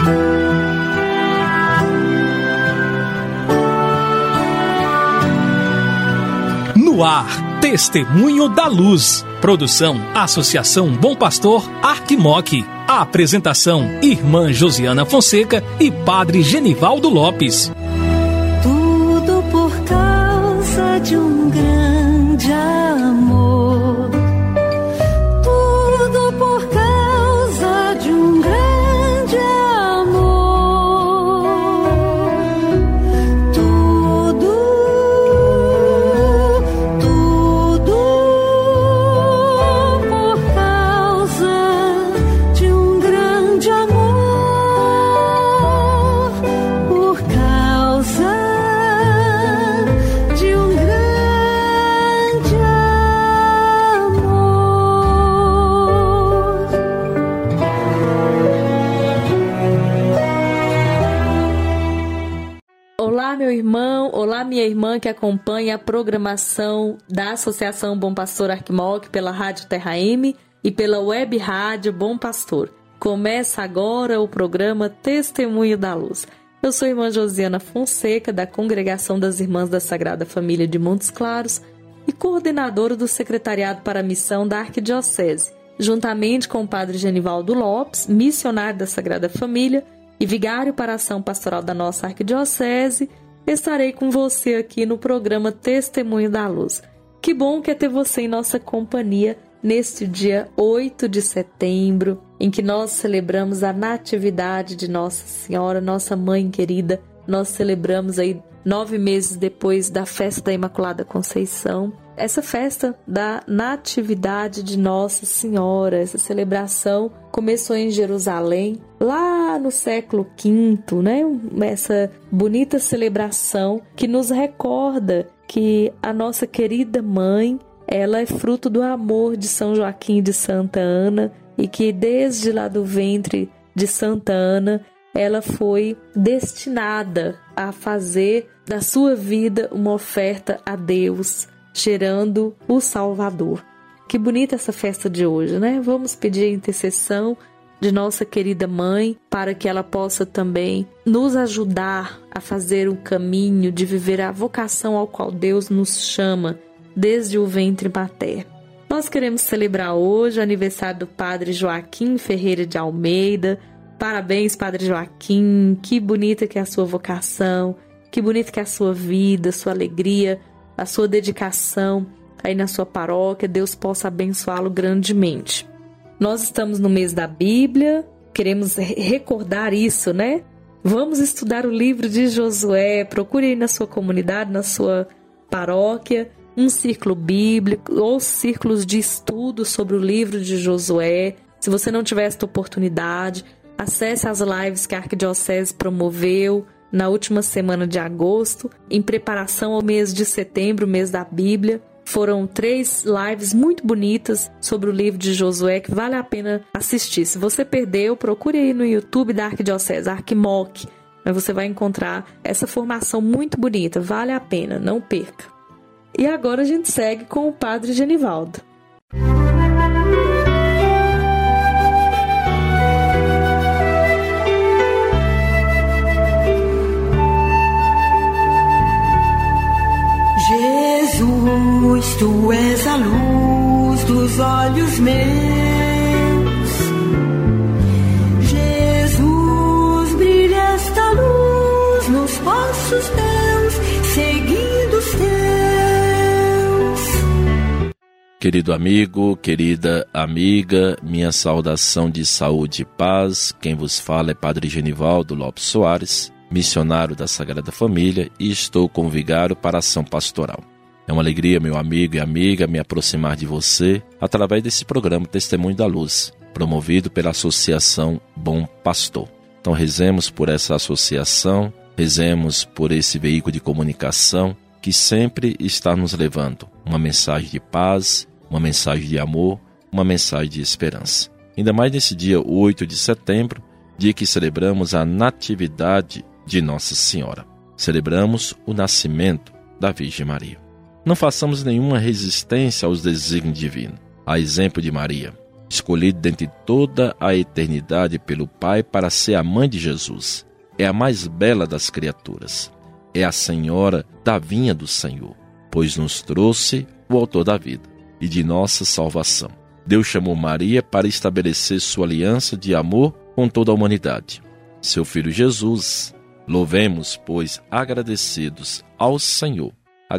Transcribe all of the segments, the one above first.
No ar, Testemunho da Luz. Produção, Associação Bom Pastor Arquimoc. A apresentação, Irmã Josiana Fonseca e Padre Genivaldo Lopes. Tudo por causa de um grande amor. Tudo por causa de um grande amor. Tudo por causa de um grande amor. Por causa de um grande amor. Olá, meu irmão, olá, minha irmã que acompanha a programação da Associação Bom Pastor Arquimoc pela Rádio Terra M e pela Web Rádio Bom Pastor. Começa agora o programa Testemunho da Luz. Eu sou a irmã Josiana Fonseca, da Congregação das Irmãs da Sagrada Família de Montes Claros e coordenadora do Secretariado para a Missão da Arquidiocese, juntamente com o Padre Genivaldo Lopes, missionário da Sagrada Família e vigário para a ação pastoral da nossa Arquidiocese. Estarei com você aqui no programa Testemunho da Luz. Que bom que é ter você em nossa companhia neste dia 8 de setembro, em que nós celebramos a natividade de Nossa Senhora, nossa mãe querida. Nós celebramos aí 9 meses depois da festa da Imaculada Conceição, essa festa da natividade de Nossa Senhora. Essa celebração começou em Jerusalém, lá no século V, né? Essa bonita celebração que nos recorda que a nossa querida mãe, ela é fruto do amor de São Joaquim e de Santa Ana, e que desde lá do ventre de Santa Ana, ela foi destinada a fazer da sua vida uma oferta a Deus, gerando o Salvador. Que bonita essa festa de hoje, né? Vamos pedir a intercessão de nossa querida mãe para que ela possa também nos ajudar a fazer o caminho de viver a vocação ao qual Deus nos chama desde o ventre materno. Nós queremos celebrar hoje o aniversário do Padre Joaquim Ferreira de Almeida. Parabéns, Padre Joaquim, que bonita que é a sua vocação, que bonita que é a sua vida, a sua alegria, a sua dedicação aí na sua paróquia. Deus possa abençoá-lo grandemente. Nós estamos no mês da Bíblia, queremos recordar isso, né? Vamos estudar o livro de Josué. Procure aí na sua comunidade, na sua paróquia, um círculo bíblico ou círculos de estudo sobre o livro de Josué. Se você não tiver esta oportunidade, acesse as lives que a Arquidiocese promoveu na última semana de agosto, em preparação ao mês de setembro, mês da Bíblia. Foram 3 lives muito bonitas sobre o livro de Josué que vale a pena assistir. Se você perdeu, procure aí no YouTube da Arquidiocese, Arquimoc. Você vai encontrar essa formação muito bonita, vale a pena, não perca. E agora a gente segue com o Padre Genivaldo. Jesus, tu és a luz dos olhos meus. Jesus, brilha esta luz nos passos teus, seguindo os teus. Querido amigo, querida amiga, minha saudação de saúde e paz. Quem vos fala é Padre Genivaldo Lopes Soares, missionário da Sagrada Família, e estou com o vigário para a ação pastoral. É uma alegria, meu amigo e amiga, me aproximar de você através desse programa Testemunho da Luz, promovido pela Associação Bom Pastor. Então rezemos por essa associação, rezemos por esse veículo de comunicação que sempre está nos levando uma mensagem de paz, uma mensagem de amor, uma mensagem de esperança. Ainda mais nesse dia 8 de setembro, dia que celebramos a natividade de Nossa Senhora. Celebramos o nascimento da Virgem Maria. Não façamos nenhuma resistência aos desígnios divinos. A exemplo de Maria, escolhida dentre toda a eternidade pelo Pai para ser a mãe de Jesus. É a mais bela das criaturas. É a Senhora da vinha do Senhor, pois nos trouxe o autor da vida e de nossa salvação. Deus chamou Maria para estabelecer sua aliança de amor com toda a humanidade. Seu Filho Jesus, louvemos, pois, agradecidos ao Senhor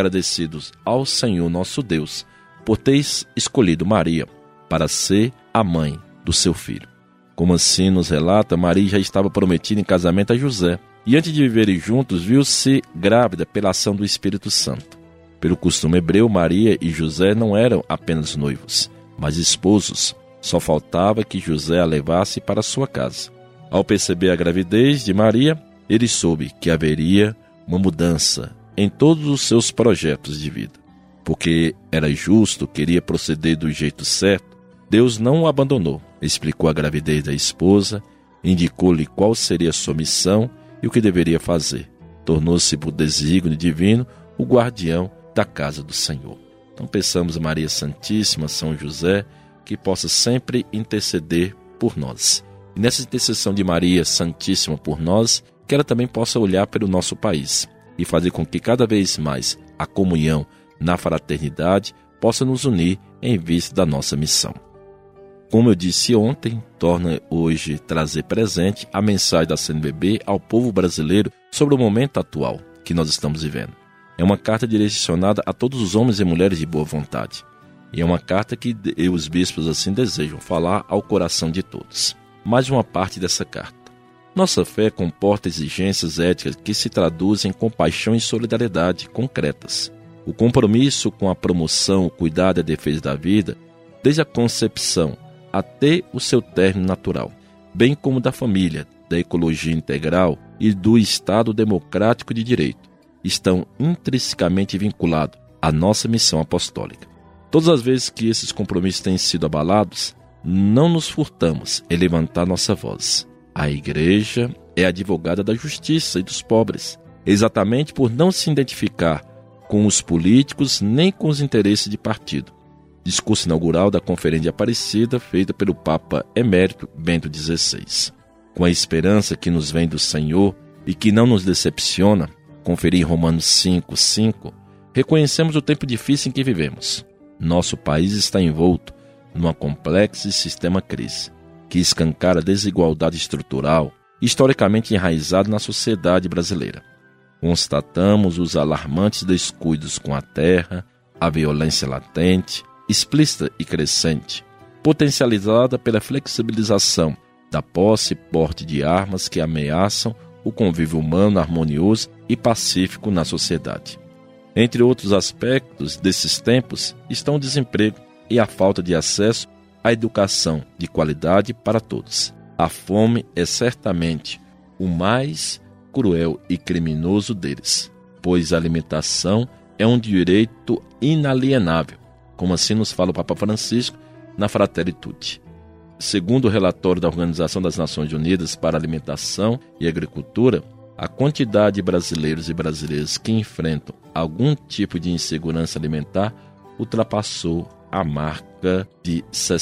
nosso Deus, por ter escolhido Maria para ser a mãe do seu filho. Como assim nos relata, Maria já estava prometida em casamento a José, e antes de viverem juntos, viu-se grávida pela ação do Espírito Santo. Pelo costume hebreu, Maria e José não eram apenas noivos, mas esposos. Só faltava que José a levasse para sua casa. Ao perceber a gravidez de Maria, ele soube que haveria uma mudança em todos os seus projetos de vida. Porque era justo, queria proceder do jeito certo, Deus não o abandonou. Explicou a gravidez da esposa, indicou-lhe qual seria a sua missão e o que deveria fazer. Tornou-se, por desígnio divino, o guardião da casa do Senhor. Então peçamos a Maria Santíssima, São José, que possa sempre interceder por nós. E nessa intercessão de Maria Santíssima por nós, que ela também possa olhar pelo nosso país e fazer com que cada vez mais a comunhão na fraternidade possa nos unir em vista da nossa missão. Como eu disse ontem, torna hoje trazer presente a mensagem da CNBB ao povo brasileiro sobre o momento atual que nós estamos vivendo. É uma carta direcionada a todos os homens e mulheres de boa vontade. E é uma carta que os bispos assim desejam falar ao coração de todos. Mais uma parte dessa carta. Nossa fé comporta exigências éticas que se traduzem em compaixão e solidariedade concretas. O compromisso com a promoção, o cuidado e a defesa da vida, desde a concepção até o seu término natural, bem como da família, da ecologia integral e do Estado democrático de direito, estão intrinsecamente vinculados à nossa missão apostólica. Todas as vezes que esses compromissos têm sido abalados, não nos furtamos em levantar nossa voz. A Igreja é advogada da justiça e dos pobres, exatamente por não se identificar com os políticos nem com os interesses de partido. Discurso inaugural da Conferência de Aparecida, feita pelo Papa Emérito Bento XVI. Com a esperança que nos vem do Senhor e que não nos decepciona, conferir em Romanos 5:5, reconhecemos o tempo difícil em que vivemos. Nosso país está envolto numa complexa e sistema crise, que escancara a desigualdade estrutural historicamente enraizada na sociedade brasileira. Constatamos os alarmantes descuidos com a terra, a violência latente, explícita e crescente, potencializada pela flexibilização da posse e porte de armas que ameaçam o convívio humano harmonioso e pacífico na sociedade. Entre outros aspectos desses tempos estão o desemprego e a falta de acesso à educação de qualidade para todos. A fome é certamente o mais cruel e criminoso deles, pois a alimentação é um direito inalienável, como assim nos fala o Papa Francisco na Fratelli Tutti. Segundo o relatório da Organização das Nações Unidas para a Alimentação e Agricultura, a quantidade de brasileiros e brasileiras que enfrentam algum tipo de insegurança alimentar ultrapassou a marca de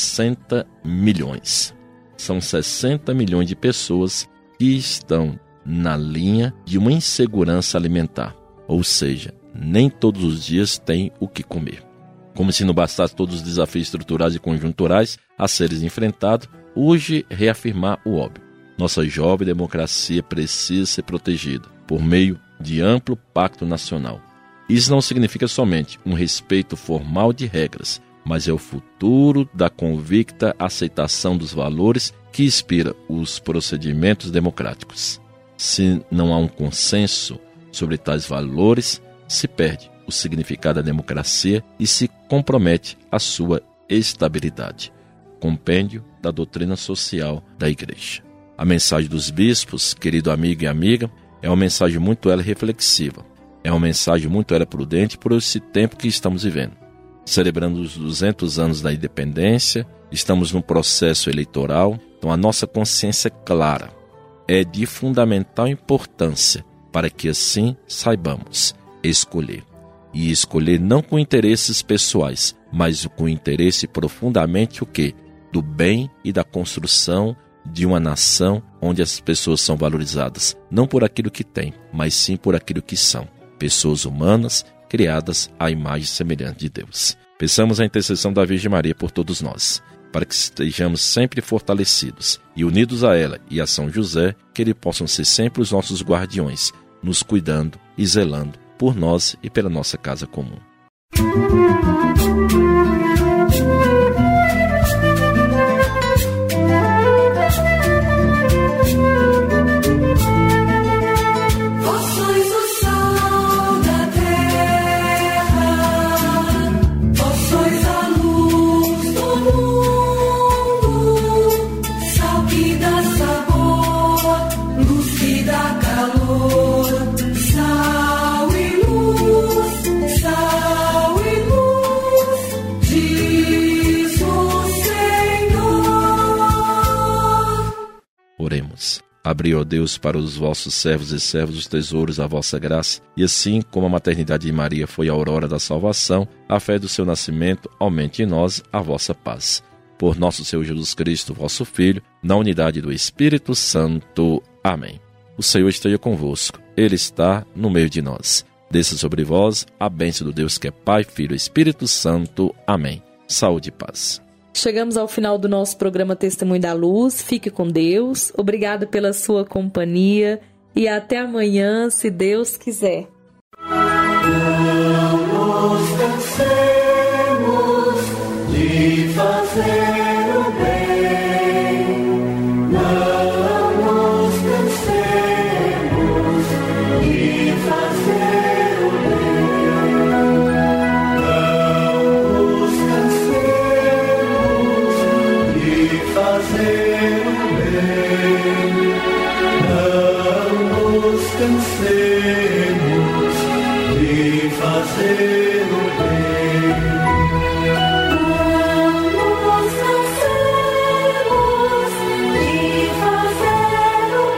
60 milhões. São 60 milhões de pessoas que estão na linha de uma insegurança alimentar, ou seja, nem todos os dias têm o que comer. Como se não bastasse todos os desafios estruturais e conjunturais a serem enfrentados, urge reafirmar o óbvio. Nossa jovem democracia precisa ser protegida por meio de amplo pacto nacional. Isso não significa somente um respeito formal de regras, mas é o futuro da convicta aceitação dos valores que inspira os procedimentos democráticos. Se não há um consenso sobre tais valores, se perde o significado da democracia e se compromete a sua estabilidade. Compêndio da doutrina social da Igreja. A mensagem dos bispos, querido amigo e amiga, é uma mensagem muito reflexiva. É uma mensagem muito prudente por esse tempo que estamos vivendo. Celebrando os 200 anos da independência, estamos num processo eleitoral, então a nossa consciência clara é de fundamental importância para que assim saibamos escolher. E escolher não com interesses pessoais, mas com interesse profundamente o quê? do bem e da construção de uma nação onde as pessoas são valorizadas, não por aquilo que têm, mas sim por aquilo que são. Pessoas humanas, criadas à imagem e semelhança de Deus. Peçamos a intercessão da Virgem Maria por todos nós, para que estejamos sempre fortalecidos e unidos a ela e a São José, que eles possam ser sempre os nossos guardiões, nos cuidando e zelando por nós e pela nossa casa comum. Oremos. Abri, ó Deus, para os vossos servos e servas os tesouros da vossa graça, e assim como a maternidade de Maria foi a aurora da salvação, a fé do seu nascimento aumente em nós a vossa paz. Por nosso Senhor Jesus Cristo, vosso Filho, na unidade do Espírito Santo. Amém. O Senhor esteja convosco. Ele está no meio de nós. Desça sobre vós a bênção do Deus que é Pai, Filho e Espírito Santo. Amém. Saúde e paz. Chegamos ao final do nosso programa Testemunho da Luz. Fique com Deus. Obrigada pela sua companhia e até amanhã, se Deus quiser. Não nos cansemos de fazer o bem. Não nos cansemos de fazer o bem. Não nos cansemos de fazer o bem. Não nos cansemos de fazer o bem. Não nos cansemos de fazer o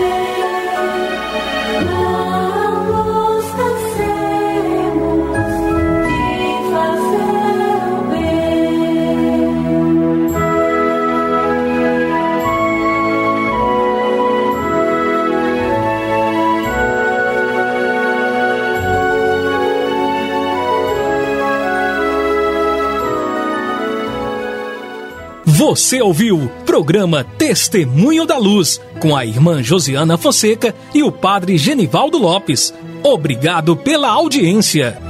bem. Não nos cansemos de fazer o bem. Você ouviu programa Testemunho da Luz, com a irmã Josiana Fonseca e o padre Genivaldo Lopes. Obrigado pela audiência.